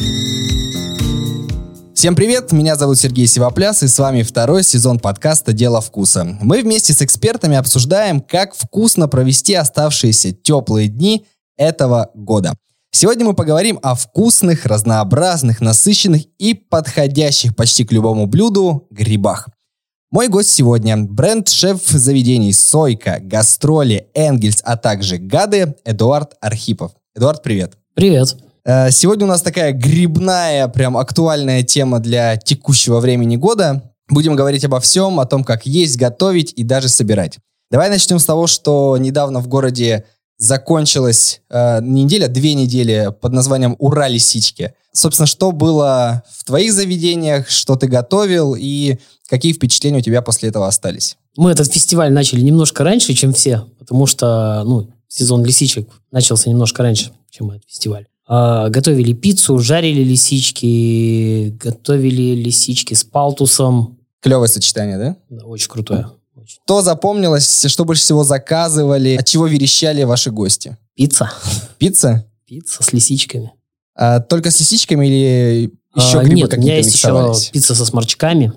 Всем привет, меня зовут Сергей Сивопляс, и с вами второй сезон подкаста «Дело вкуса». Мы вместе с экспертами обсуждаем, как вкусно провести оставшиеся теплые дни этого года. Сегодня мы поговорим о вкусных, разнообразных, насыщенных и подходящих почти к любому блюду грибах. Мой гость сегодня – бренд-шеф заведений «Сойка», «Гастроли», «Энгельс», а также «Гады» Эдуард Архипов. Эдуард, привет. Привет. Сегодня у нас такая грибная, прям актуальная тема для текущего времени года. Будем говорить обо всем, о том, как есть, готовить и даже собирать. Давай начнем с того, что недавно в городе закончилась не неделя, 2 недели под названием «Ура, лисички». Собственно, что было в твоих заведениях, что ты готовил и какие впечатления у тебя после этого остались? Мы этот фестиваль начали немножко раньше, чем все, потому что сезон лисичек начался немножко раньше, чем этот фестиваль. Готовили пиццу, жарили лисички, готовили лисички с палтусом. Клевое сочетание, да? Да, очень крутое. Очень. Что запомнилось, что больше всего заказывали, от чего верещали ваши гости? Пицца. Пицца? Пицца с лисичками. Только с лисичками или еще грибы нет, какие-то миксовались? Нет, у меня есть еще пицца со сморчками,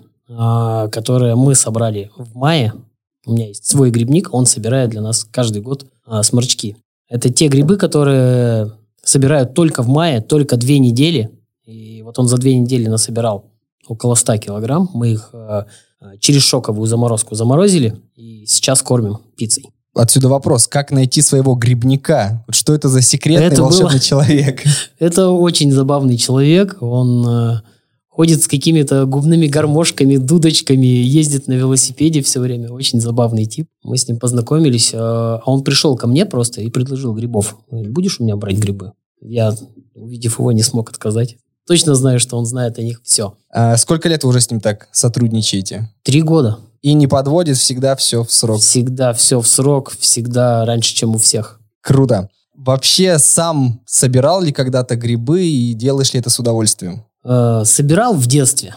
которые мы собрали в мае. У меня есть свой грибник, он собирает для нас каждый год сморчки. Это те грибы, которые собирают только в мае, только 2 недели. И вот он за 2 недели насобирал около 100 килограмм. Мы их через шоковую заморозку заморозили и сейчас кормим пиццей. Отсюда вопрос, как найти своего грибника? Что это за секретный волшебный человек? Это очень забавный человек. Он ходит с какими-то губными гармошками, дудочками, ездит на велосипеде все время. Очень забавный тип. Мы с ним познакомились, а он пришел ко мне просто и предложил грибов. Будешь у меня брать грибы? Я, увидев его, не смог отказать. Точно знаю, что он знает о них все. Сколько лет вы уже с ним так сотрудничаете? 3 года. И не подводит, всегда все в срок? Всегда все в срок, всегда раньше, чем у всех. Круто. Вообще сам собирал ли когда-то грибы и делаешь ли это с удовольствием? Собирал в детстве.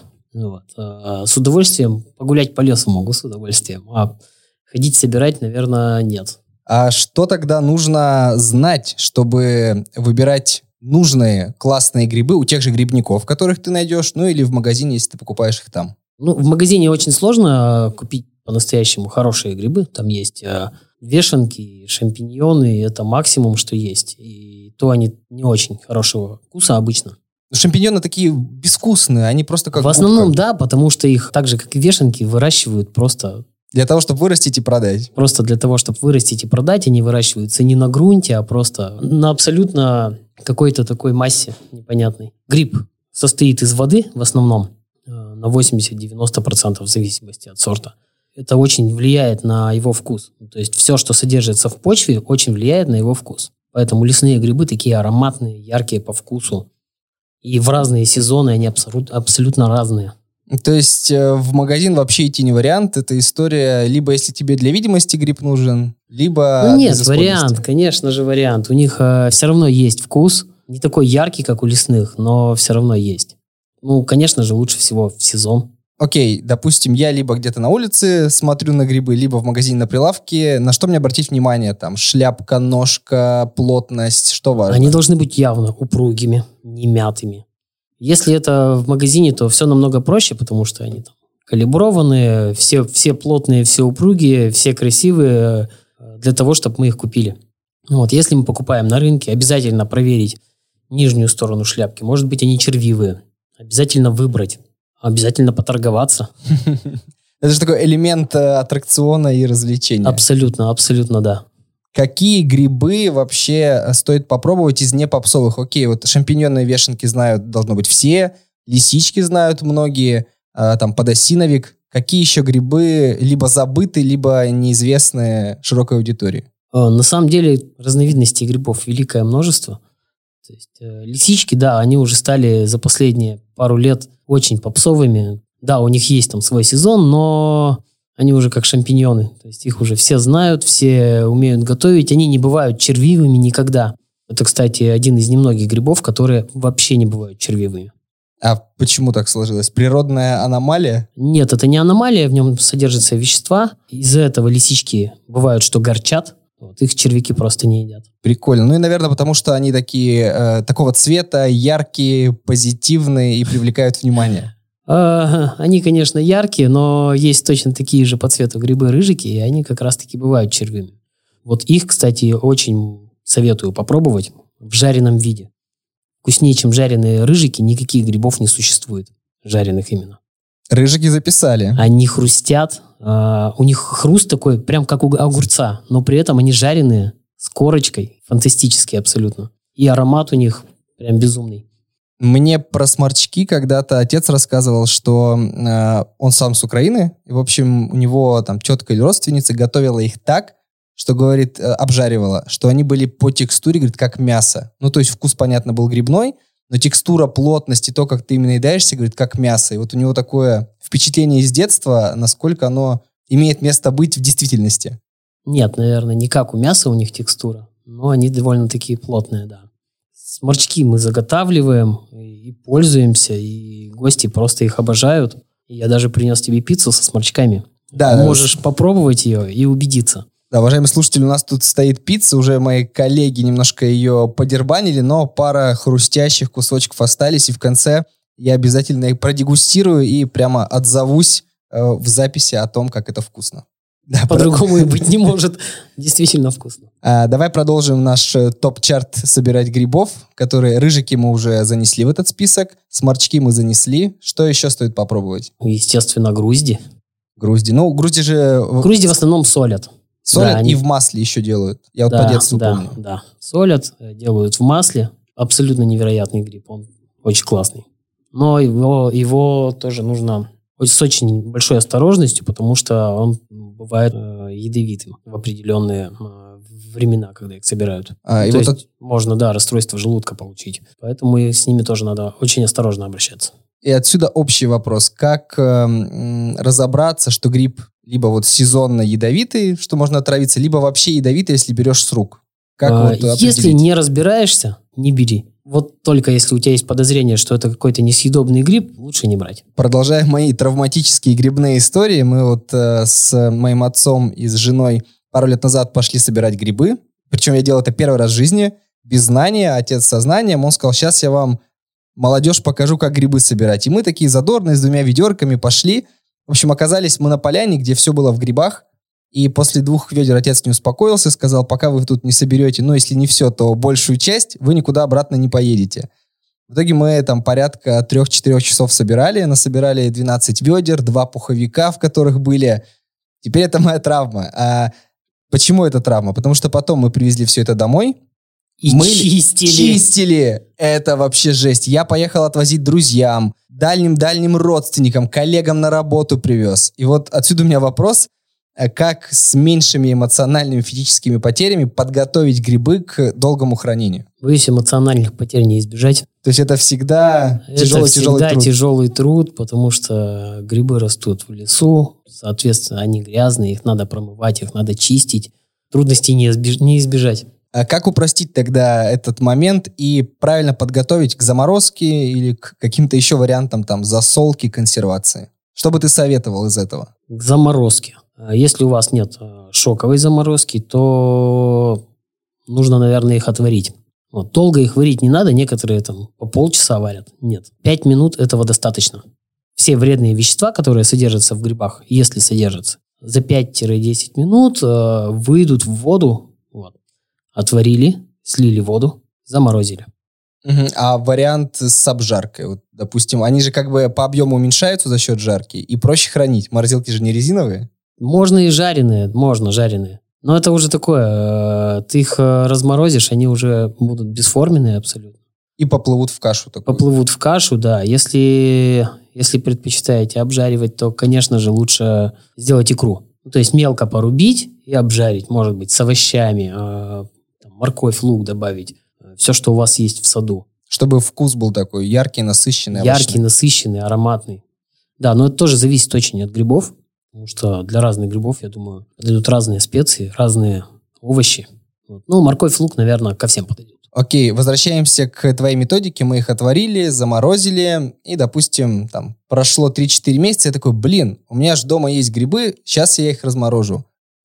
С удовольствием. Погулять по лесу могу с удовольствием. А ходить собирать, наверное, нет. А что тогда нужно знать, чтобы выбирать нужные классные грибы у тех же грибников, которых ты найдешь, или в магазине, если ты покупаешь их там? В магазине очень сложно купить по-настоящему хорошие грибы. Там есть вешенки, шампиньоны. Это максимум, что есть. И то они не очень хорошего вкуса обычно. Шампиньоны такие безвкусные, они просто как в основном, да, потому что их так же, как и вешенки, выращивают просто... Для того, чтобы вырастить и продать. Просто для того, чтобы вырастить и продать, они выращиваются не на грунте, а просто на абсолютно какой-то такой массе непонятной. Гриб состоит из воды в основном, на 80-90% в зависимости от сорта. Это очень влияет на его вкус. То есть все, что содержится в почве, очень влияет на его вкус. Поэтому лесные грибы такие ароматные, яркие по вкусу. И в разные сезоны они абсолютно разные. То есть в магазин вообще идти не вариант. Это история, либо если тебе для видимости гриб нужен, либо... Нет, вариант, конечно же вариант. У них все равно есть вкус. Не такой яркий, как у лесных, но все равно есть. Конечно же, лучше всего в сезон. Окей, допустим, я либо где-то на улице смотрю на грибы, либо в магазине на прилавке. На что мне обратить внимание? Там шляпка, ножка, плотность, что важно? Они должны быть явно упругими, не мятыми. Если это в магазине, то все намного проще, потому что они там калиброванные, все плотные, все упругие, все красивые, для того, чтобы мы их купили. Если мы покупаем на рынке, обязательно проверить нижнюю сторону шляпки. Может быть, они червивые. Обязательно выбрать. Обязательно поторговаться. Это же такой элемент аттракциона и развлечения. Абсолютно, абсолютно, да. Какие грибы вообще стоит попробовать из непопсовых? Окей, вот шампиньонные вешенки знают, должно быть, все. Лисички знают многие. Там подосиновик. Какие еще грибы либо забыты, либо неизвестны широкой аудитории? На самом деле разновидностей грибов великое множество. То есть лисички, да, они уже стали за последние пару лет очень попсовыми. Да, у них есть там свой сезон, но они уже как шампиньоны. То есть их уже все знают, все умеют готовить. Они не бывают червивыми никогда. Это, кстати, один из немногих грибов, которые вообще не бывают червивыми. А почему так сложилось? Природная аномалия? Нет, это не аномалия, в нем содержатся вещества. Из-за этого лисички бывают, что горчат. Вот, их червяки просто не едят. Прикольно. Ну и, наверное, потому что они такие, такого цвета, яркие, позитивные и привлекают внимание. Они, конечно, яркие, но есть точно такие же по цвету грибы-рыжики, и они как раз-таки бывают червями. Вот их, кстати, очень советую попробовать в жареном виде. Вкуснее, чем жареные рыжики, никаких грибов не существует. Жареных именно. Рыжики записали. Они хрустят. У них хруст такой, прям как у огурца, но при этом они жареные с корочкой. Фантастические абсолютно. И аромат у них прям безумный. Мне про сморчки когда-то отец рассказывал, что он сам с Украины. И, в общем, у него там тетка или родственница готовила их так, что, говорит, обжаривала, что они были по текстуре, говорит, как мясо. Ну, то есть вкус, понятно, был грибной, но текстура, плотность и то, как ты именно едаешься, говорит, как мясо. И вот у него такое впечатление из детства, насколько оно имеет место быть в действительности. Нет, наверное, не как у мяса у них текстура, но они довольно-таки плотные, да. Сморчки мы заготавливаем и пользуемся, и гости просто их обожают. Я даже принес тебе пиццу со сморчками. Да, можешь попробовать ее и убедиться. Да, уважаемые слушатели, у нас тут стоит пицца, уже мои коллеги немножко ее подербанили, но пара хрустящих кусочков остались, и в конце я обязательно их продегустирую и прямо отзовусь в записи о том, как это вкусно. Да, по-другому и быть не может. Действительно вкусно. Давай продолжим наш топ-чарт собирать грибов, которые рыжики мы уже занесли в этот список, сморчки мы занесли. Что еще стоит попробовать? Естественно, грузди. Грузди. Ну, грузди же... Грузди в основном солят. Солят, да, и в масле еще делают. Я вот по детству помню. Да, солят, делают в масле. Абсолютно невероятный гриб. Он очень классный. Но его тоже нужно с очень большой осторожностью, потому что он бывает ядовитым в определенные времена, когда их собирают. Можно, расстройство желудка получить. Поэтому с ними тоже надо очень осторожно обращаться. И отсюда общий вопрос. Как разобраться, что гриб либо вот сезонно ядовитый, что можно отравиться, либо вообще ядовитый, если берешь с рук? Как если не разбираешься, не бери. Вот только если у тебя есть подозрение, что это какой-то несъедобный гриб, лучше не брать. Продолжая мои травматические грибные истории, мы вот с моим отцом и с женой пару лет назад пошли собирать грибы. Причем я делал это первый раз в жизни, без знания, отец со знанием. Он сказал, сейчас я вам, молодежь, покажу, как грибы собирать. И мы такие задорные, с 2 ведерками пошли. В общем, оказались мы на поляне, где все было в грибах. И после 2 ведер отец не успокоился, сказал, пока вы тут не соберете, ну, если не все, то большую часть, вы никуда обратно не поедете. В итоге мы там порядка 3-4 часов собирали, насобирали 12 ведер, 2 пуховика, в которых были. Теперь это моя травма. А почему это травма? Потому что потом мы привезли все это домой. И мы чистили. Это вообще жесть. Я поехал отвозить друзьям, дальним родственникам, коллегам на работу привез. И вот отсюда у меня вопрос. Как с меньшими эмоциональными физическими потерями подготовить грибы к долгому хранению? Боюсь, эмоциональных потерь не избежать. То есть это всегда тяжелый труд, потому что грибы растут в лесу, соответственно, они грязные, их надо промывать, их надо чистить. Трудностей не избежать. А как упростить тогда этот момент и правильно подготовить к заморозке или к каким-то еще вариантам там засолки, консервации? Что бы ты советовал из этого? К заморозке. Если у вас нет шоковой заморозки, то нужно, наверное, их отварить. Вот. Долго их варить не надо, некоторые там по полчаса варят. Нет, 5 минут этого достаточно. Все вредные вещества, которые содержатся в грибах, если содержатся, за 5-10 минут выйдут в воду. Вот. Отварили, слили воду, заморозили. А вариант с обжаркой? Вот, допустим, они же как бы по объему уменьшаются за счет жарки и проще хранить. Морозилки же не резиновые. Можно и жареные, жареные. Но это уже такое, ты их разморозишь, они уже будут бесформенные абсолютно. И поплывут в кашу такую. Поплывут в кашу, да. Если предпочитаете обжаривать, то, конечно же, лучше сделать икру. То есть мелко порубить и обжарить, может быть, с овощами, морковь, лук добавить. Все, что у вас есть в саду. Чтобы вкус был такой яркий, насыщенный. Яркий, насыщенный, ароматный. Да, но это тоже зависит очень от грибов. Потому что для разных грибов, я думаю, подойдут разные специи, разные овощи. Вот. Ну, морковь, лук, наверное, ко всем подойдут. Окей, возвращаемся к твоей методике. Мы их отварили, заморозили. И, допустим, там прошло 3-4 месяца. Я такой, у меня же дома есть грибы, сейчас я их разморожу.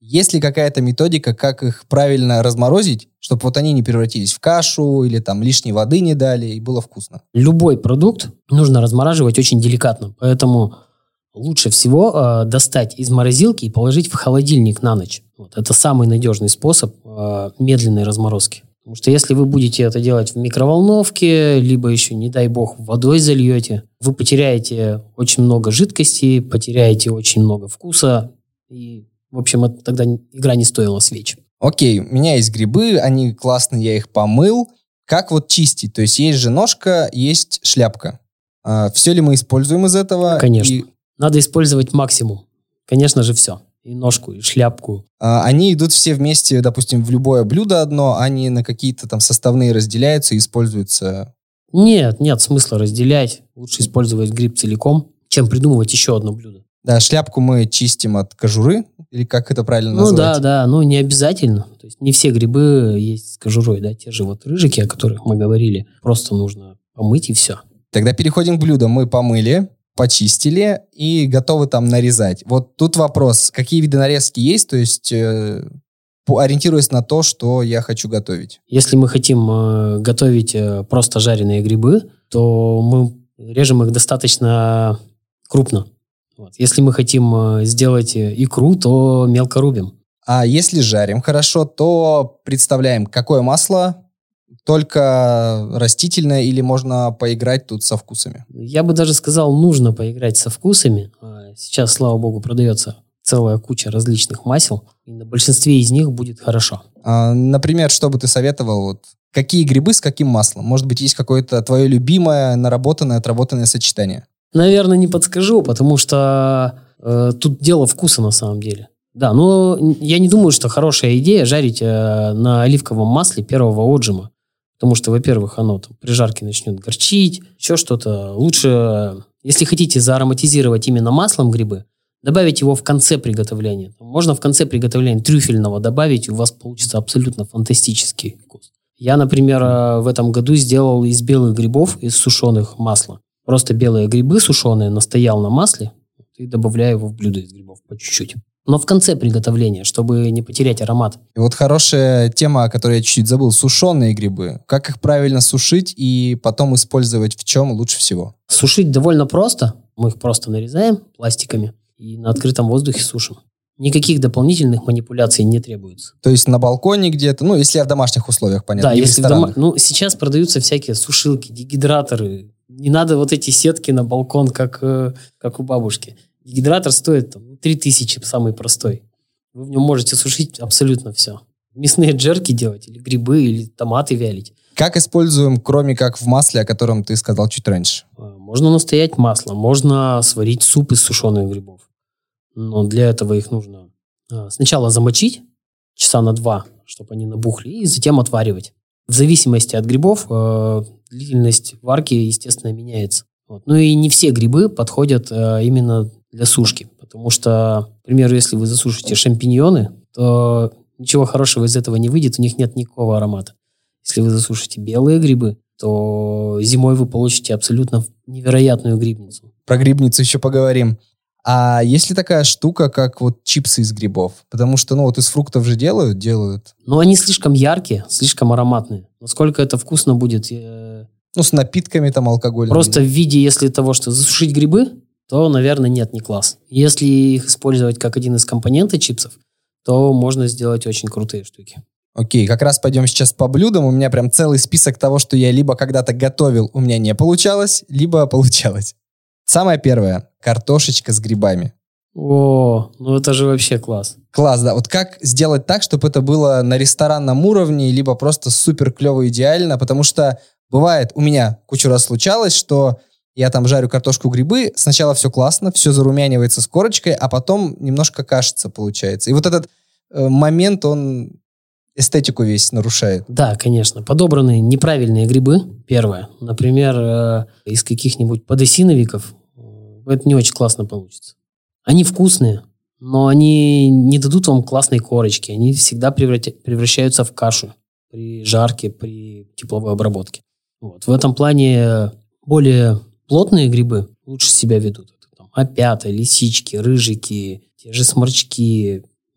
Есть ли какая-то методика, как их правильно разморозить, чтобы вот они не превратились в кашу или там лишней воды не дали и было вкусно? Любой продукт нужно размораживать очень деликатно, поэтому лучше всего достать из морозилки и положить в холодильник на ночь. Вот, это самый надежный способ медленной разморозки. Потому что если вы будете это делать в микроволновке, либо еще, не дай бог, водой зальете, вы потеряете очень много жидкости, потеряете очень много вкуса. И, в общем, тогда игра не стоила свеч. Окей, у меня есть грибы, они классные, я их помыл. Как вот чистить? То есть есть же ножка, есть шляпка. Все ли мы используем из этого? Конечно. Надо использовать максимум. Конечно же, все. И ножку, и шляпку. Они идут все вместе, допустим, в любое блюдо одно, они на какие-то там составные разделяются и используются? Нет смысла разделять. Лучше использовать гриб целиком, чем придумывать еще одно блюдо. Да, шляпку мы чистим от кожуры, или как это правильно назвать? Да, не обязательно. То есть не все грибы есть с кожурой, да, те же вот рыжики, о которых мы говорили, просто нужно помыть и все. Тогда переходим к блюду. Мы помыли, почистили и готовы там нарезать. Вот тут вопрос, какие виды нарезки есть, то есть ориентируясь на то, что я хочу готовить. Если мы хотим готовить просто жареные грибы, то мы режем их достаточно крупно. Вот. Если мы хотим сделать икру, то мелко рубим. А если жарим хорошо, то представляем, какое масло, только растительное или можно поиграть тут со вкусами? Я бы даже сказал, нужно поиграть со вкусами. Сейчас, слава богу, продается целая куча различных масел, и на большинстве из них будет хорошо. Например, что бы ты советовал? Вот, какие грибы с каким маслом? Может быть, есть какое-то твое любимое, наработанное, отработанное сочетание? Наверное, не подскажу, потому что тут дело вкуса на самом деле. Да, но я не думаю, что хорошая идея жарить на оливковом масле первого отжима. Потому что, во-первых, оно там при жарке начнет горчить, еще что-то. Лучше, если хотите заароматизировать именно маслом грибы, добавить его в конце приготовления. Можно в конце приготовления трюфельного добавить, и у вас получится абсолютно фантастический вкус. Я, например, в этом году сделал из белых грибов, из сушеных масло. Просто белые грибы сушеные настоял на масле и добавляю его в блюдо из грибов по чуть-чуть. Но в конце приготовления, чтобы не потерять аромат. И вот хорошая тема, о которой я чуть-чуть забыл, сушеные грибы. Как их правильно сушить и потом использовать в чем лучше всего? Сушить довольно просто. Мы их просто нарезаем пластиками и на открытом воздухе сушим. Никаких дополнительных манипуляций не требуется. То есть на балконе где-то, если я в домашних условиях, понятно, да, не если в ресторанах. Сейчас продаются всякие сушилки, дегидраторы. Не надо вот эти сетки на балкон, как у бабушки. Дегидратор стоит 3000, самый простой. Вы в нем можете сушить абсолютно все. Мясные джерки делать, или грибы, или томаты вялить. Как используем, кроме как в масле, о котором ты сказал чуть раньше? Можно настоять масло, можно сварить суп из сушеных грибов. Но для этого их нужно сначала замочить часа на 2, чтобы они набухли, и затем отваривать. В зависимости от грибов длительность варки, естественно, меняется. Вот. Ну и не все грибы подходят именно для сушки. Потому что, к примеру, если вы засушите шампиньоны, то ничего хорошего из этого не выйдет, у них нет никакого аромата. Если вы засушите белые грибы, то зимой вы получите абсолютно невероятную грибницу. Про грибницу еще поговорим. А есть ли такая штука, как вот чипсы из грибов? Потому что, из фруктов же делают. Но они слишком яркие, слишком ароматные. Насколько это вкусно будет? С напитками там алкогольными. Просто в виде, если того, что засушить грибы, то, наверное, нет, не класс. Если их использовать как один из компонентов чипсов, то можно сделать очень крутые штуки. Окей, как раз пойдем сейчас по блюдам. У меня прям целый список того, что я либо когда-то готовил, у меня не получалось, либо получалось. Самое первое. Картошечка с грибами. О, это же вообще класс. Класс, да. Вот как сделать так, чтобы это было на ресторанном уровне, либо просто супер клево идеально, потому что бывает, у меня кучу раз случалось, что я там жарю картошку, грибы, сначала все классно, все зарумянивается с корочкой, а потом немножко кашица получается. И вот этот момент, он эстетику весь нарушает. Да, конечно. Подобраны неправильные грибы, первое. Например, из каких-нибудь подосиновиков. Это не очень классно получится. Они вкусные, но они не дадут вам классной корочки. Они всегда превращаются в кашу при жарке, при тепловой обработке. Вот. В этом плане более плотные грибы лучше себя ведут. Это там опята, лисички, рыжики, те же сморчки,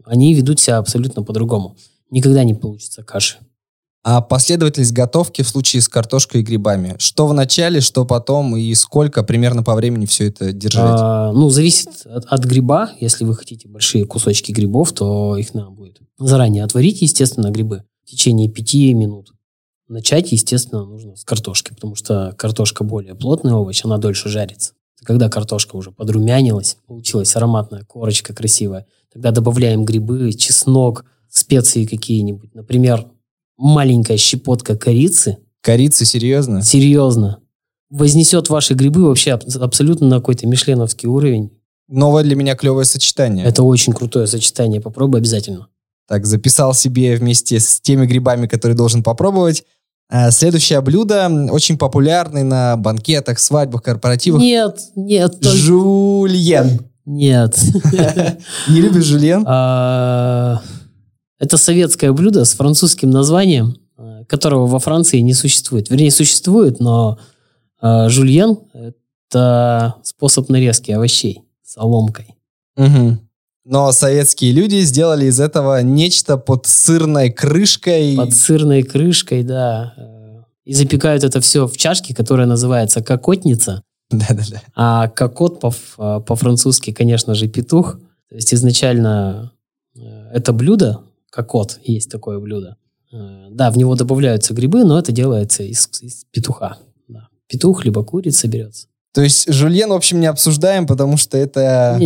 они ведут себя абсолютно по-другому. Никогда не получится каши. А последовательность готовки в случае с картошкой и грибами? Что в начале, что потом и сколько примерно по времени все это держать? Зависит от гриба. Если вы хотите большие кусочки грибов, то их надо будет заранее отварить, естественно, грибы в течение 5 минут. Начать, естественно, нужно с картошки, потому что картошка более плотный овощ, она дольше жарится. Когда картошка уже подрумянилась, получилась ароматная корочка красивая, тогда добавляем грибы, чеснок, специи какие-нибудь. Например, маленькая щепотка корицы. Корица, серьезно? Серьезно. Вознесет ваши грибы вообще абсолютно на какой-то мишленовский уровень. Новое для меня клевое сочетание. Это очень крутое сочетание. Попробуй обязательно. Так, записал себе вместе с теми грибами, которые должен попробовать. Следующее блюдо, очень популярный на банкетах, свадьбах, корпоративах. Нет. Жульен. Нет. Не любишь жульен? Это советское блюдо с французским названием, которого во Франции не существует. Вернее, существует, но жульен – это способ нарезки овощей соломкой. Угу. Но советские люди сделали из этого нечто под сырной крышкой. Под сырной крышкой, да. И запекают это все в чашке, которая называется кокотница. Да-да-да. А кокот по-французски, конечно же, петух. То есть изначально это блюдо, кокот, есть такое блюдо. Да, в него добавляются грибы, но это делается из петуха. Да. Петух либо курица берется. То есть жульен, в общем, не обсуждаем, потому что это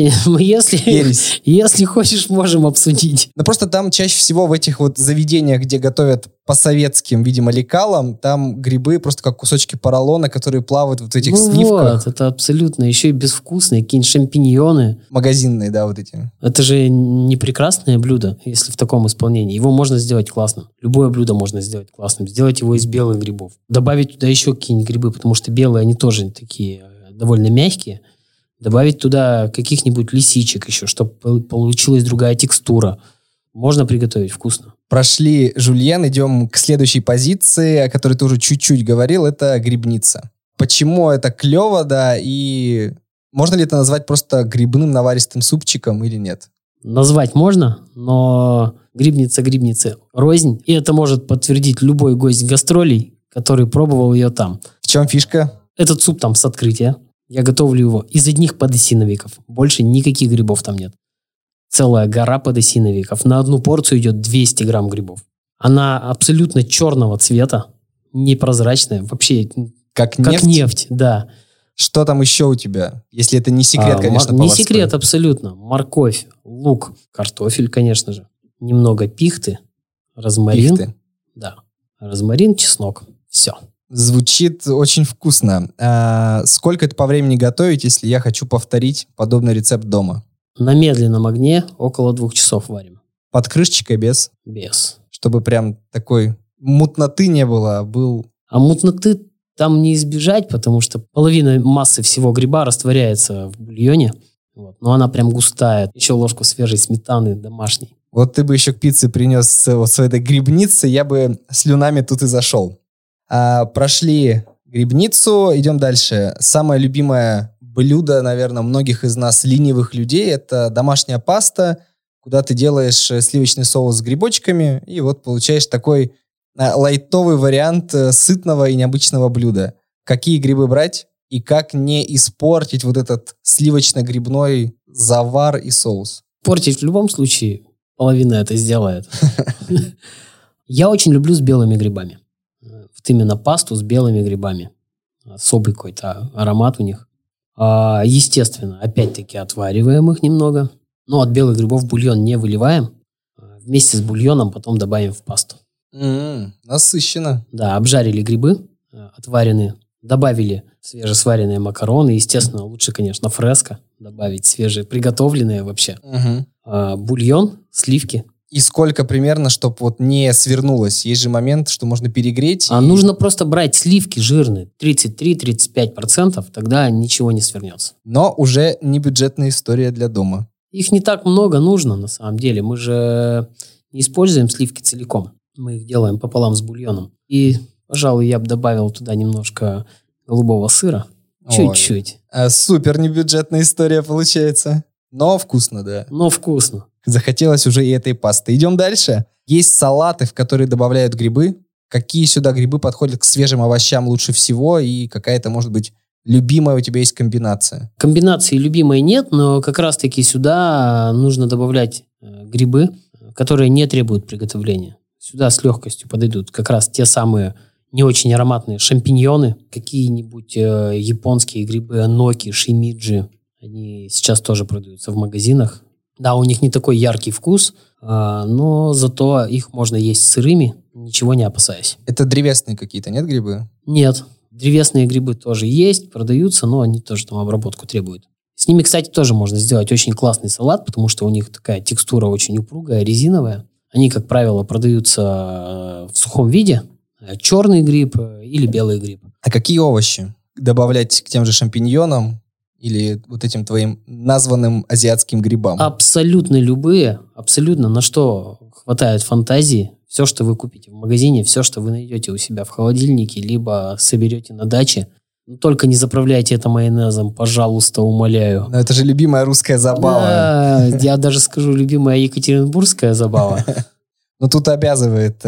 ересь. Если хочешь, можем обсудить. Но просто там чаще всего в этих вот заведениях, где готовят по советским, видимо, лекалам, там грибы просто как кусочки поролона, которые плавают вот в этих сливках. Вот, это абсолютно еще и безвкусные, какие-нибудь шампиньоны. Магазинные, да, вот эти. Это же не прекрасное блюдо, если в таком исполнении. Его можно сделать классным. Любое блюдо можно сделать классным. Сделать его из белых грибов. Добавить туда еще какие-нибудь грибы, потому что белые, они тоже такие довольно мягкие. Добавить туда каких-нибудь лисичек еще, чтобы получилась другая текстура. Можно приготовить вкусно. Прошли жульен, идем к следующей позиции, о которой ты уже чуть-чуть говорил, это грибница. Почему это клево, да, и можно ли это назвать просто грибным наваристым супчиком или нет? Назвать можно, но грибница рознь, и это может подтвердить любой гость гастролей, который пробовал ее там. В чем фишка? Этот суп там с открытия. Я готовлю его из одних подосиновиков. Больше никаких грибов там нет. Целая гора подосиновиков. На одну порцию идет 200 грамм грибов. Она абсолютно черного цвета, непрозрачная, вообще как нефть, да. Что там еще у тебя? Если это не секрет, конечно, не секрет абсолютно. Морковь, лук, картофель, конечно же. Немного пихты, розмарин. Пихты. Да. Розмарин, чеснок. Все. Звучит очень вкусно. Сколько это по времени готовить, если я хочу повторить подобный рецепт дома? На медленном огне около 2 часов варим. Под крышечкой без? Без. Чтобы прям такой мутноты не было, а был... А мутноты там не избежать, потому что половина массы всего гриба растворяется в бульоне. Вот. Но она прям густая. Еще ложку свежей сметаны домашней. Вот ты бы еще к пицце принес вот с этой грибницы, я бы слюнами тут и зашел. Прошли грибницу, идем дальше. Самое любимое блюдо, наверное, многих из нас ленивых людей, это домашняя паста, куда ты делаешь сливочный соус с грибочками, и вот получаешь такой лайтовый вариант сытного и необычного блюда. Какие грибы брать и как не испортить вот этот сливочно-грибной завар и соус? Портить в любом случае половина это сделает. Я очень люблю с белыми грибами. Вот именно пасту с белыми грибами. Особый какой-то аромат у них. Естественно, опять-таки отвариваем их немного. Но от белых грибов бульон не выливаем. Вместе с бульоном потом добавим в пасту. Насыщенно. Да, обжарили грибы, отваренные. Добавили свежесваренные макароны. Естественно, лучше, конечно, фреско добавить, свежие, приготовленные вообще. Бульон, сливки. И сколько примерно, чтобы вот не свернулось? Есть же момент, что можно перегреть. Нужно просто брать сливки жирные, 33-35%, тогда ничего не свернется. Но уже не бюджетная история для дома. Их не так много нужно, на самом деле. Мы же не используем сливки целиком. Мы их делаем пополам с бульоном. И, пожалуй, я бы добавил туда немножко голубого сыра. Чуть-чуть. Супер небюджетная история получается. Но вкусно, да. Но вкусно. Захотелось уже и этой пасты. Идем дальше. Есть салаты, в которые добавляют грибы. Какие сюда грибы подходят к свежим овощам лучше всего? И какая-то, может быть, любимая у тебя есть комбинация? Комбинации любимой нет, но как раз-таки сюда нужно добавлять грибы, которые не требуют приготовления. Сюда с легкостью подойдут как раз те самые не очень ароматные шампиньоны, какие-нибудь японские грибы, аноки, шимиджи. Они сейчас тоже продаются в магазинах. Да, у них не такой яркий вкус, но зато их можно есть сырыми, ничего не опасаясь. Это древесные какие-то, нет, грибы? Нет, древесные грибы тоже есть, продаются, но они тоже там обработку требуют. С ними, кстати, тоже можно сделать очень классный салат, потому что у них такая текстура очень упругая, резиновая. Они, как правило, продаются в сухом виде. Черный гриб или белый гриб. А какие овощи добавлять к тем же шампиньонам или вот этим твоим названным азиатским грибам? Абсолютно любые, абсолютно на что хватает фантазии. Все, что вы купите в магазине, все, что вы найдете у себя в холодильнике, либо соберете на даче. Только не заправляйте это майонезом, пожалуйста, умоляю. Но это же любимая русская забава. Да, я даже скажу, любимая екатеринбургская забава. Но тут обязывает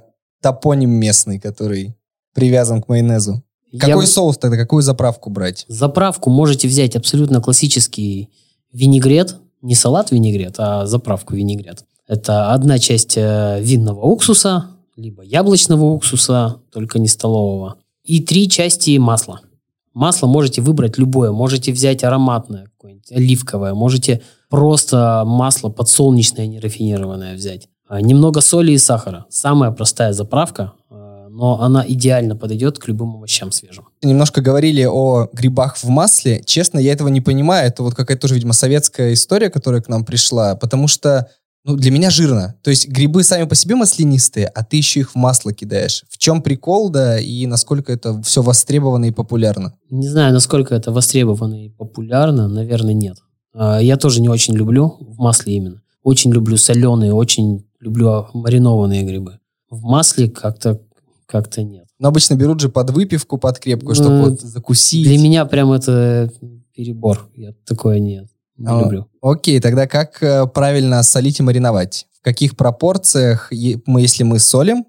топоним местный, который привязан к майонезу. Какой соус тогда, какую заправку брать? Заправку можете взять абсолютно классический винегрет. Не салат-винегрет, а заправку винегрет. Это 1 часть винного уксуса, либо яблочного уксуса, только не столового. И 3 части масла. Масло можете выбрать любое. Можете взять ароматное, какое-нибудь оливковое. Можете просто масло подсолнечное, нерафинированное взять. Немного соли и сахара. Самая простая заправка, но она идеально подойдет к любым овощам свежим. Немножко говорили о грибах в масле. Честно, я этого не понимаю. Это вот какая-то тоже, видимо, советская история, которая к нам пришла. Потому что для меня жирно. То есть грибы сами по себе маслянистые, а ты еще их в масло кидаешь. В чем прикол, да, и насколько это все востребовано и популярно? Не знаю, насколько это востребовано и популярно. Наверное, нет. Я тоже не очень люблю в масле именно. Очень люблю соленые, очень люблю маринованные грибы. В масле как-то нет. Но обычно берут же под выпивку, под крепкую, чтобы вот закусить. Для меня прям это перебор. Я такое не люблю. Окей, тогда как правильно солить и мариновать? В каких пропорциях, если мы солим,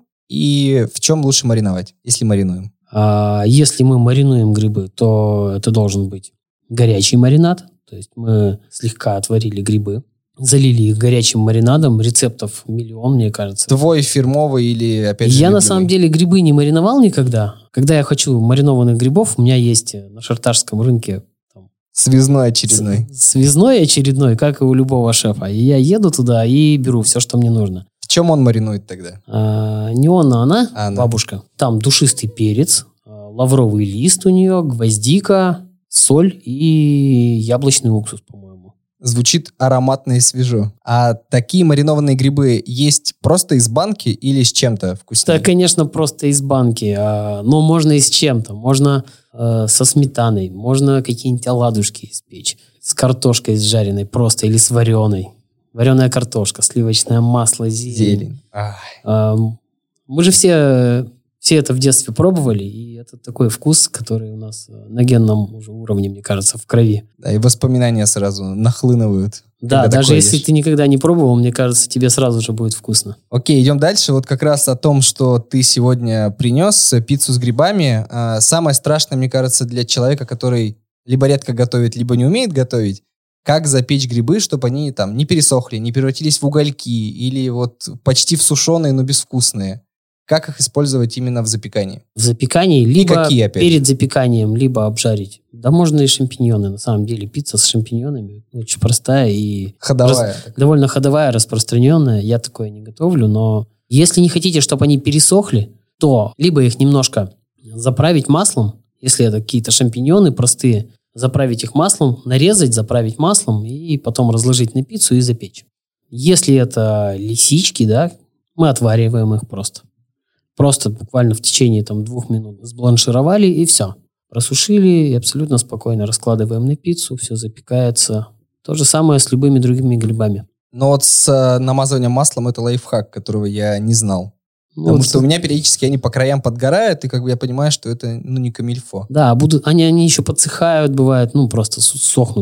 и в чем лучше мариновать, если маринуем? Если мы маринуем грибы, то это должен быть горячий маринад. То есть мы слегка отварили грибы, залили их горячим маринадом. Рецептов миллион, мне кажется. Твой фирмовый или, опять же, Я любимый? на самом деле грибы не мариновал никогда. Когда я хочу маринованных грибов, у меня есть на шарташском рынке связной очередной. Связной очередной, как и у любого шефа. И я еду туда и беру все, что мне нужно. В чем он маринует тогда? Не он, а она, бабушка. Там душистый перец, лавровый лист у нее, гвоздика, соль и яблочный уксус, по-моему. Звучит ароматно и свежо. А такие маринованные грибы есть просто из банки или с чем-то вкуснее? Да, конечно, просто из банки. Но можно и с чем-то. Можно со сметаной, можно какие-нибудь оладушки испечь. С картошкой с жареной просто или с вареной. Вареная картошка, сливочное масло, зелень. Мы же все это в детстве пробовали, и это такой вкус, который у нас на генном уже уровне, мне кажется, в крови. Да, и воспоминания сразу нахлынывают. Да, даже если ты никогда не пробовал, мне кажется, тебе сразу же будет вкусно. Окей, идем дальше. Вот как раз о том, что ты сегодня принес пиццу с грибами. Самое страшное, мне кажется, для человека, который либо редко готовит, либо не умеет готовить, как запечь грибы, чтобы они там не пересохли, не превратились в угольки или вот почти в сушеные, но безвкусные. Как их использовать именно в запекании? В запекании, либо перед запеканием, либо обжарить. Да можно и шампиньоны, на самом деле. Пицца с шампиньонами очень простая и ходовая. Довольно ходовая, распространенная. Я такое не готовлю, но если не хотите, чтобы они пересохли, то либо их немножко заправить маслом, если это какие-то шампиньоны простые, заправить их маслом, нарезать, заправить маслом и потом разложить на пиццу и запечь. Если это лисички, да, мы отвариваем их просто. Просто буквально в течение 2 минут сбланшировали и все. Просушили и абсолютно спокойно раскладываем на пиццу, все запекается. То же самое с любыми другими грибами. Но вот с намазыванием маслом это лайфхак, которого я не знал. Потому что у меня периодически они по краям подгорают, и я понимаю, что это не камильфо. Да, они еще подсыхают, бывает, просто сохнут.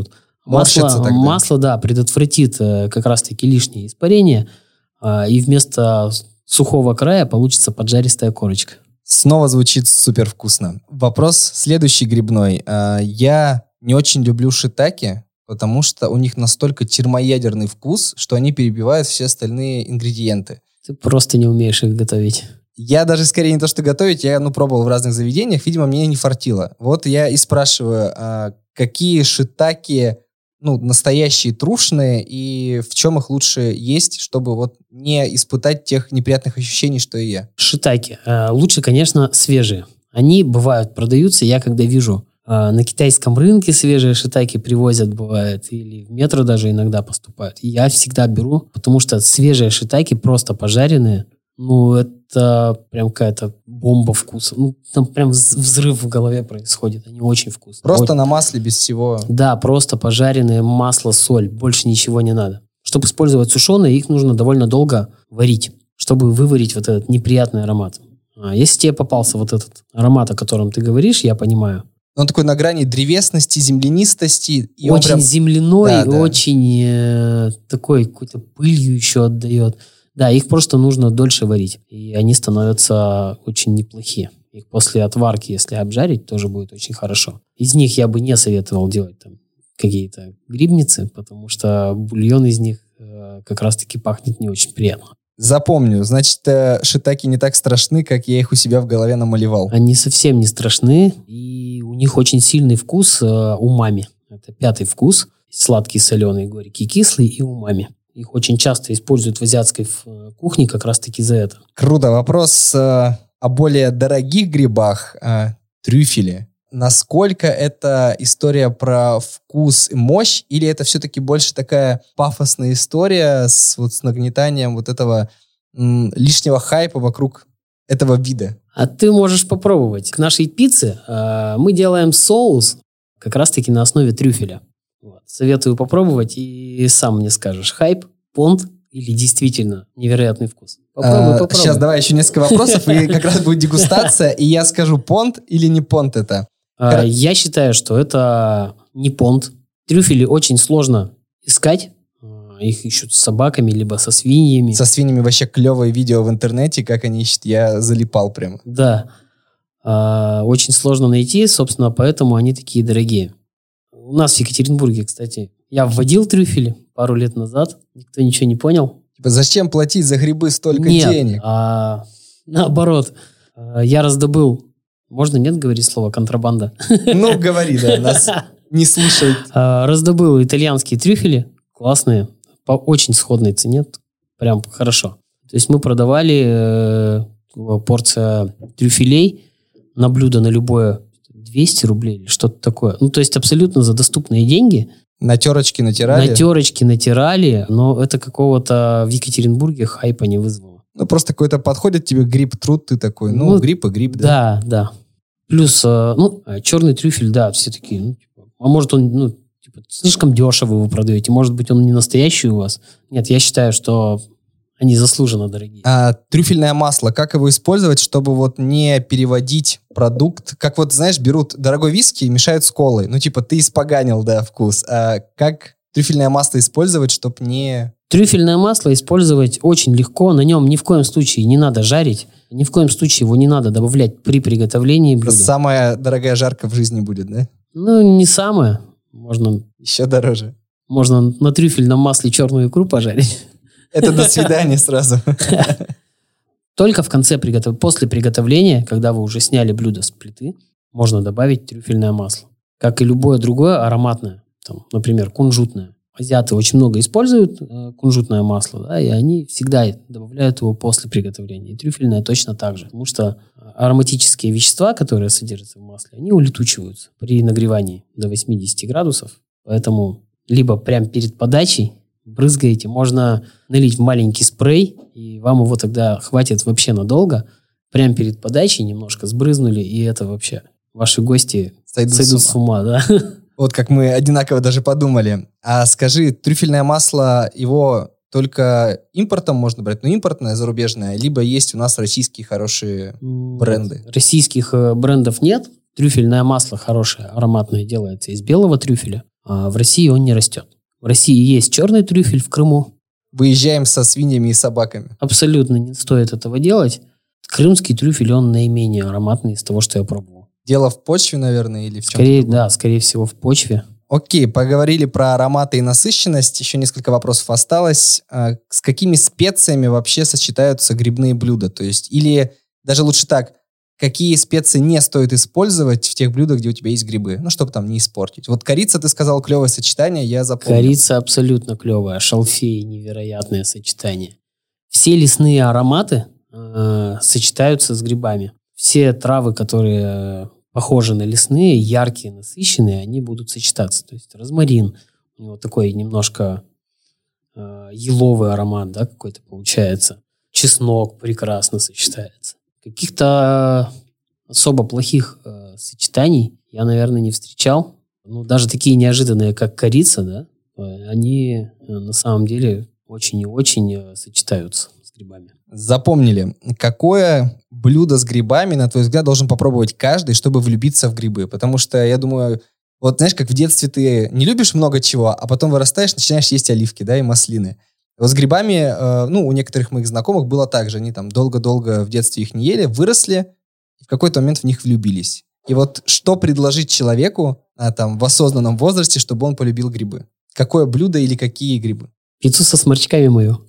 Масло, да, предотвратит как раз-таки лишнее испарение, и вместо сухого края получится поджаристая корочка. Снова звучит супер вкусно. Вопрос следующий грибной. Я не очень люблю шиитаке, потому что у них настолько термоядерный вкус, что они перебивают все остальные ингредиенты. Ты просто не умеешь их готовить. Я даже скорее не то, что готовить, я пробовал в разных заведениях, видимо, мне не фартило. Вот я и спрашиваю, какие шиитаке, настоящие трушные, и в чем их лучше есть, чтобы вот не испытать тех неприятных ощущений, что и я. Шиитаке. Лучше, конечно, свежие. Они бывают, продаются, я когда вижу на китайском рынке свежие шиитаке привозят, бывает, или в метро даже иногда поступают. И я всегда беру, потому что свежие шиитаке, просто пожаренные, это прям какая-то бомба вкуса. Там прям взрыв в голове происходит. Они очень вкусные. Просто на масле, без всего. Да, просто пожаренное масло, соль. Больше ничего не надо. Чтобы использовать сушеные, их нужно довольно долго варить, чтобы выварить вот этот неприятный аромат. Если тебе попался вот этот аромат, о котором ты говоришь, я понимаю. Он такой на грани древесности, землянистости. И очень прям... земляной, очень такой какой-то пылью еще отдает. Да, их просто нужно дольше варить, и они становятся очень неплохие. Их после отварки, если обжарить, тоже будет очень хорошо. Из них я бы не советовал делать там какие-то грибницы, потому что бульон из них как раз-таки пахнет не очень приятно. Запомню. Значит, шиитаке не так страшны, как я их у себя в голове намалевал. Они совсем не страшны, и у них очень сильный вкус умами. Это 5-й вкус. Сладкий, соленый, горький, кислый и умами. Их очень часто используют в азиатской кухне как раз-таки за это. Круто. Вопрос о более дорогих грибах, трюфеле. Насколько это история про вкус и мощь, или это все-таки больше такая пафосная история с нагнетанием вот этого лишнего хайпа вокруг этого вида? А ты можешь попробовать. К нашей пицце мы делаем соус как раз-таки на основе трюфеля. Советую попробовать, и сам мне скажешь, хайп, понт или действительно невероятный вкус. Попробуй. Сейчас давай еще несколько вопросов, и как раз будет дегустация, и я скажу, понт или не понт это. Я считаю, что это не понт. Трюфели очень сложно искать. Их ищут с собаками, либо со свиньями. Со свиньями вообще клевое видео в интернете, как они ищут, я залипал прям. Да. Очень сложно найти, собственно, поэтому они такие дорогие. У нас в Екатеринбурге, кстати, я вводил трюфели пару лет назад. Никто ничего не понял. Зачем платить за грибы столько денег? Нет, наоборот. Я раздобыл... Можно нет говорить слово контрабанда? Говори, да, нас не слушают. Раздобыл итальянские трюфели, классные, по очень сходной цене, прям хорошо. То есть мы продавали порция трюфелей на блюдо на любое 200 рублей или что-то такое. То есть абсолютно за доступные деньги. На терочки натирали? На терочки натирали, но это какого-то в Екатеринбурге хайпа не вызвало. Просто какой-то подходит тебе гриб-труд, ты такой, гриб и гриб, да? Да. Плюс, черный трюфель, да, все такие, а может он, слишком дешево вы продаете, может быть он не настоящий у вас. Нет, я считаю, что они заслуженно дорогие. А трюфельное масло, как его использовать, чтобы не переводить продукт? Как знаешь, берут дорогой виски и мешают с колой. Ты испоганил, да, вкус. А как трюфельное масло использовать, чтобы не... Трюфельное масло использовать очень легко. На нем ни в коем случае не надо жарить. Ни в коем случае его не надо добавлять при приготовлении блюда. Это самая дорогая жарка в жизни будет, да? Не самая. Можно... Еще дороже. Можно на трюфельном масле черную икру пожарить. Это до свидания сразу. Только в конце после приготовления, когда вы уже сняли блюдо с плиты, можно добавить трюфельное масло. Как и любое другое ароматное. Например, кунжутное. Азиаты очень много используют кунжутное масло, да, и они всегда добавляют его после приготовления. И трюфельное точно так же. Потому что ароматические вещества, которые содержатся в масле, они улетучиваются при нагревании до 80 градусов. Поэтому либо прямо перед подачей брызгаете, можно налить в маленький спрей, и вам его тогда хватит вообще надолго. Прямо перед подачей немножко сбрызнули, и это вообще ваши гости сойдут с ума, да. Вот как мы одинаково даже подумали. А скажи, трюфельное масло, его только импортом можно брать? Импортное, зарубежное? Либо есть у нас российские хорошие бренды? Российских брендов нет. Трюфельное масло хорошее, ароматное, делается из белого трюфеля. А в России он не растет. В России есть черный трюфель в Крыму. Выезжаем со свиньями и собаками. Абсолютно не стоит этого делать. Крымский трюфель, он наименее ароматный из того, что я пробовал. Дело в почве, наверное, или в чем-то Скорее, другом? да, скорее всего, в почве. Окей, поговорили про ароматы и насыщенность. Еще несколько вопросов осталось. С какими специями вообще сочетаются грибные блюда? То есть, или даже лучше так, какие специи не стоит использовать в тех блюдах, где у тебя есть грибы? Ну, чтобы там не испортить. Вот корица, ты сказал, клевое сочетание, я запомнил. Корица абсолютно клевая, шалфей невероятное сочетание. Все лесные ароматы сочетаются с грибами. Все травы, которые похожи на лесные, яркие, насыщенные, они будут сочетаться. То есть розмарин, у него такой немножко еловый аромат, да, какой-то получается. Чеснок прекрасно сочетается. Каких-то особо плохих сочетаний я, наверное, не встречал. Ну, даже такие неожиданные, как корица, да, они на самом деле очень и очень сочетаются с грибами. Запомнили, какое блюдо с грибами, на твой взгляд, должен попробовать каждый, чтобы влюбиться в грибы? Потому что, я думаю, вот знаешь, как в детстве ты не любишь много чего, а потом вырастаешь, начинаешь есть оливки, да, и маслины. Вот с грибами, у некоторых моих знакомых было так же. Они там долго-долго в детстве их не ели, выросли, и в какой-то момент в них влюбились. И вот что предложить человеку в осознанном возрасте, чтобы он полюбил грибы? Какое блюдо или какие грибы? Пиццу со сморчками мою.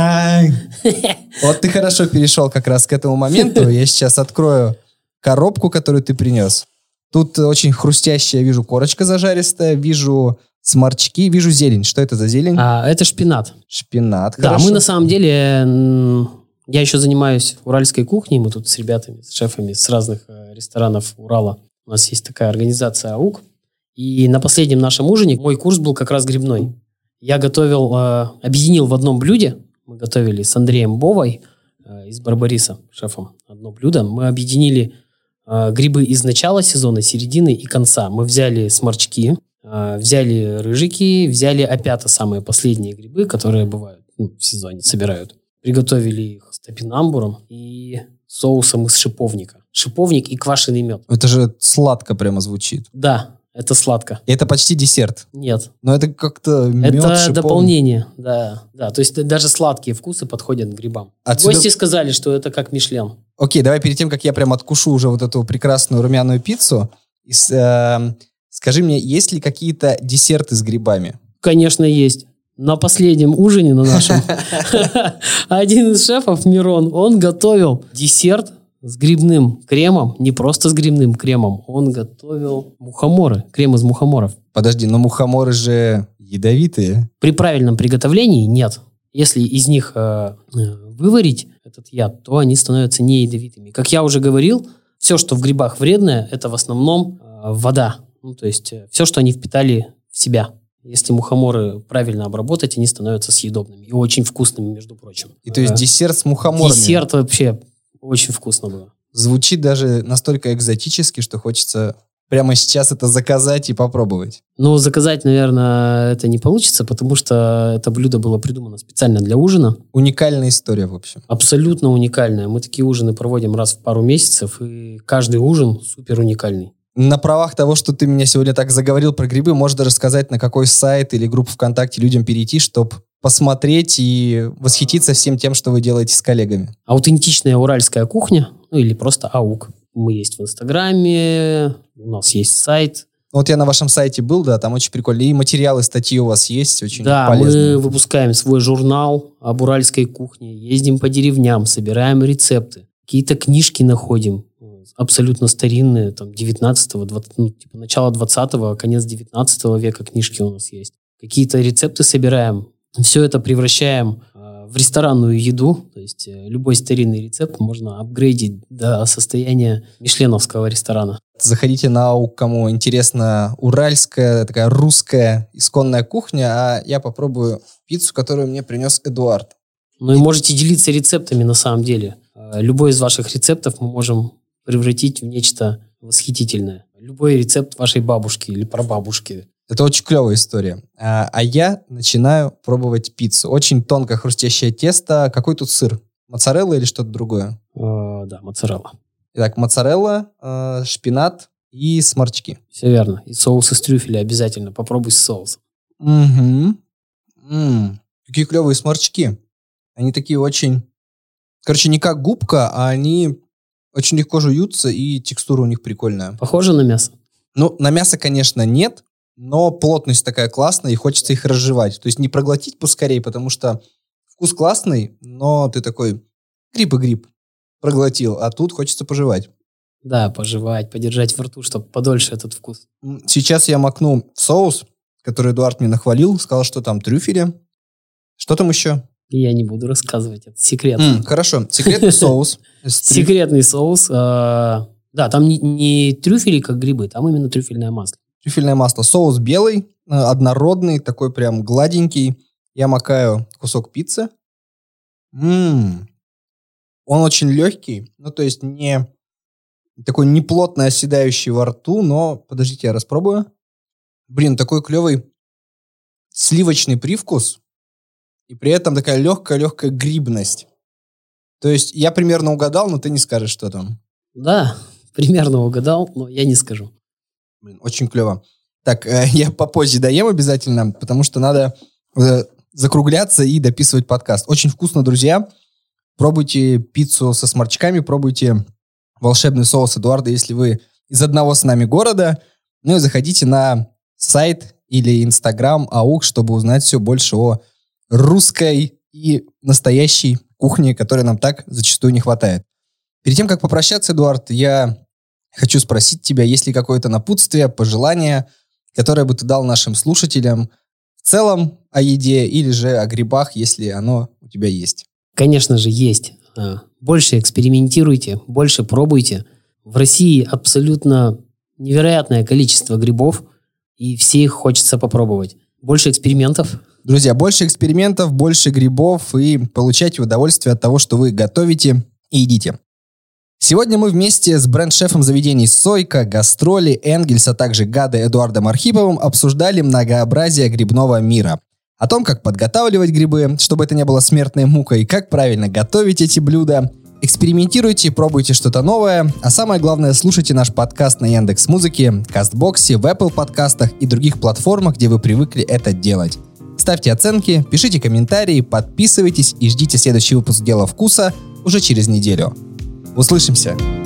Вот ты хорошо перешел как раз к этому моменту. Я сейчас открою коробку, которую ты принес. Тут очень хрустящая, вижу, корочка зажаристая, вижу сморчки, вижу зелень. Что это за зелень? Это шпинат. Шпинат, да, хорошо. мы на самом деле... Я еще занимаюсь уральской кухней. Мы тут с ребятами, с шефами с разных ресторанов Урала. У нас есть такая организация АУК. И на последнем нашем ужине мой курс был как раз грибной. Я готовил, объединил в одном блюде. Мы готовили с Андреем Бовой из Барбариса, шефом, одно блюдо. Мы объединили грибы из начала сезона, середины и конца. Мы взяли сморчки, взяли рыжики, взяли опята, самые последние грибы, которые бывают в сезоне, собирают. Приготовили их с топинамбуром и соусом из шиповника. Шиповник и квашеный мед. Это же сладко прямо звучит. Да, это сладко. И это почти десерт. Нет. Но это как-то мед, Это шиповник. дополнение, да. То есть даже сладкие вкусы подходят к грибам. Отсюда... Гости сказали, что это как Мишлен. Окей, давай перед тем, как я прям откушу уже вот эту прекрасную румяную пиццу, скажи мне, есть ли какие-то десерты с грибами? Конечно, есть. На последнем ужине на нашем один из шефов, Мирон, он готовил десерт с грибным кремом. Не просто с грибным кремом. Он готовил мухоморы. Крем из мухоморов. Подожди, но мухоморы же ядовитые. При правильном приготовлении нет. Если из них выварить этот яд, то они становятся не ядовитыми. Как я уже говорил, все, что в грибах вредное, это в основном вода. Ну, то есть все, что они впитали в себя. Если мухоморы правильно обработать, они становятся съедобными и очень вкусными, между прочим. И то есть десерт с мухоморами. Десерт вообще очень вкусно было. Звучит даже настолько экзотически, что хочется прямо сейчас это заказать и попробовать. Но заказать, наверное, это не получится, потому что это блюдо было придумано специально для ужина. Уникальная история, в общем. Абсолютно уникальная. Мы такие ужины проводим раз в пару месяцев, и каждый ужин супер уникальный. На правах того, что ты меня сегодня так заговорил про грибы, можешь даже сказать, на какой сайт или группу ВКонтакте людям перейти, чтобы посмотреть и восхититься всем тем, что вы делаете с коллегами. Аутентичная уральская кухня, или просто АУК. Мы есть в Инстаграме, у нас есть сайт. Вот я на вашем сайте был, да, там очень прикольно. И материалы, статьи у вас есть, очень полезные. Да, мы выпускаем свой журнал об уральской кухне, ездим по деревням, собираем рецепты, какие-то книжки находим, абсолютно старинные, там, 19-го, начало 20-го, конец 19 века книжки у нас есть. Какие-то рецепты собираем, все это превращаем в ресторанную еду, то есть любой старинный рецепт можно апгрейдить до состояния мишленовского ресторана. Заходите на АУК, кому интересна уральская, такая русская исконная кухня, а я попробую пиццу, которую мне принес Эдуард. Ну и можете делиться рецептами на самом деле. Любой из ваших рецептов мы можем превратить в нечто восхитительное. Любой рецепт вашей бабушки или прабабушки. Это очень клевая история. А я начинаю пробовать пиццу. Очень тонкое хрустящее тесто. Какой тут сыр? Моцарелла или что-то другое? Да, моцарелла. Итак, моцарелла, шпинат, и сморчки. Все верно. И соус из трюфеля обязательно. Попробуй с соусом. Угу. Какие клевые сморчки. Они такие очень... Короче, не как губка, а они очень легко жуются, и текстура у них прикольная. Похоже на мясо? Ну, на мясо, конечно, нет, но плотность такая классная, и хочется их разжевать. То есть не проглотить поскорее, потому что вкус классный, но ты такой гриб и гриб проглотил, а тут хочется пожевать. Да, пожевать, подержать во рту, чтобы подольше этот вкус. Сейчас я макну в соус, который Эдуард мне нахвалил, сказал, что там трюфели. Что там еще? Я не буду рассказывать, это секрет. Хорошо, секретный соус. Секретный соус. Да, там не трюфели, как грибы, там именно трюфельное масло. Трюфельное масло. Соус белый, однородный, такой прям гладенький. Я макаю кусок пиццы. Он очень легкий, ну то есть не такой неплотно оседающий во рту, но, подождите, я распробую. Блин, такой клевый сливочный привкус. И при этом такая легкая грибность. То есть я примерно угадал, но ты не скажешь, что там. Да, примерно угадал, но я не скажу. Блин, очень клево. Так, я попозже доем обязательно, потому что надо закругляться и дописывать подкаст. Очень вкусно, друзья. Пробуйте пиццу со сморчками, пробуйте волшебный соус Эдуарда, если вы из одного с нами города. Ну и заходите на сайт или Инстаграм АУК, чтобы узнать все больше о русской и настоящей кухне, которой нам так зачастую не хватает. Перед тем, как попрощаться, Эдуард, я хочу спросить тебя, есть ли какое-то напутствие, пожелание, которое бы ты дал нашим слушателям в целом о еде или же о грибах, если оно у тебя есть? Конечно же, есть. Больше экспериментируйте, больше пробуйте. В России абсолютно невероятное количество грибов, и все их хочется попробовать. Больше экспериментов. Друзья, больше экспериментов, больше грибов и получайте удовольствие от того, что вы готовите и едите. Сегодня мы вместе с бренд-шефом заведений «Сойка», «Гастроли», «Энгельс», а также «Гады» Эдуардом Архиповым обсуждали многообразие грибного мира. О том, как подготавливать грибы, чтобы это не было смертной мукой, как правильно готовить эти блюда. Экспериментируйте, пробуйте что-то новое, а самое главное, слушайте наш подкаст на Яндекс.Музыке, Кастбоксе, в Apple подкастах и других платформах, где вы привыкли это делать. Ставьте оценки, пишите комментарии, подписывайтесь и ждите следующий выпуск «Дела вкуса» уже через неделю. Услышимся!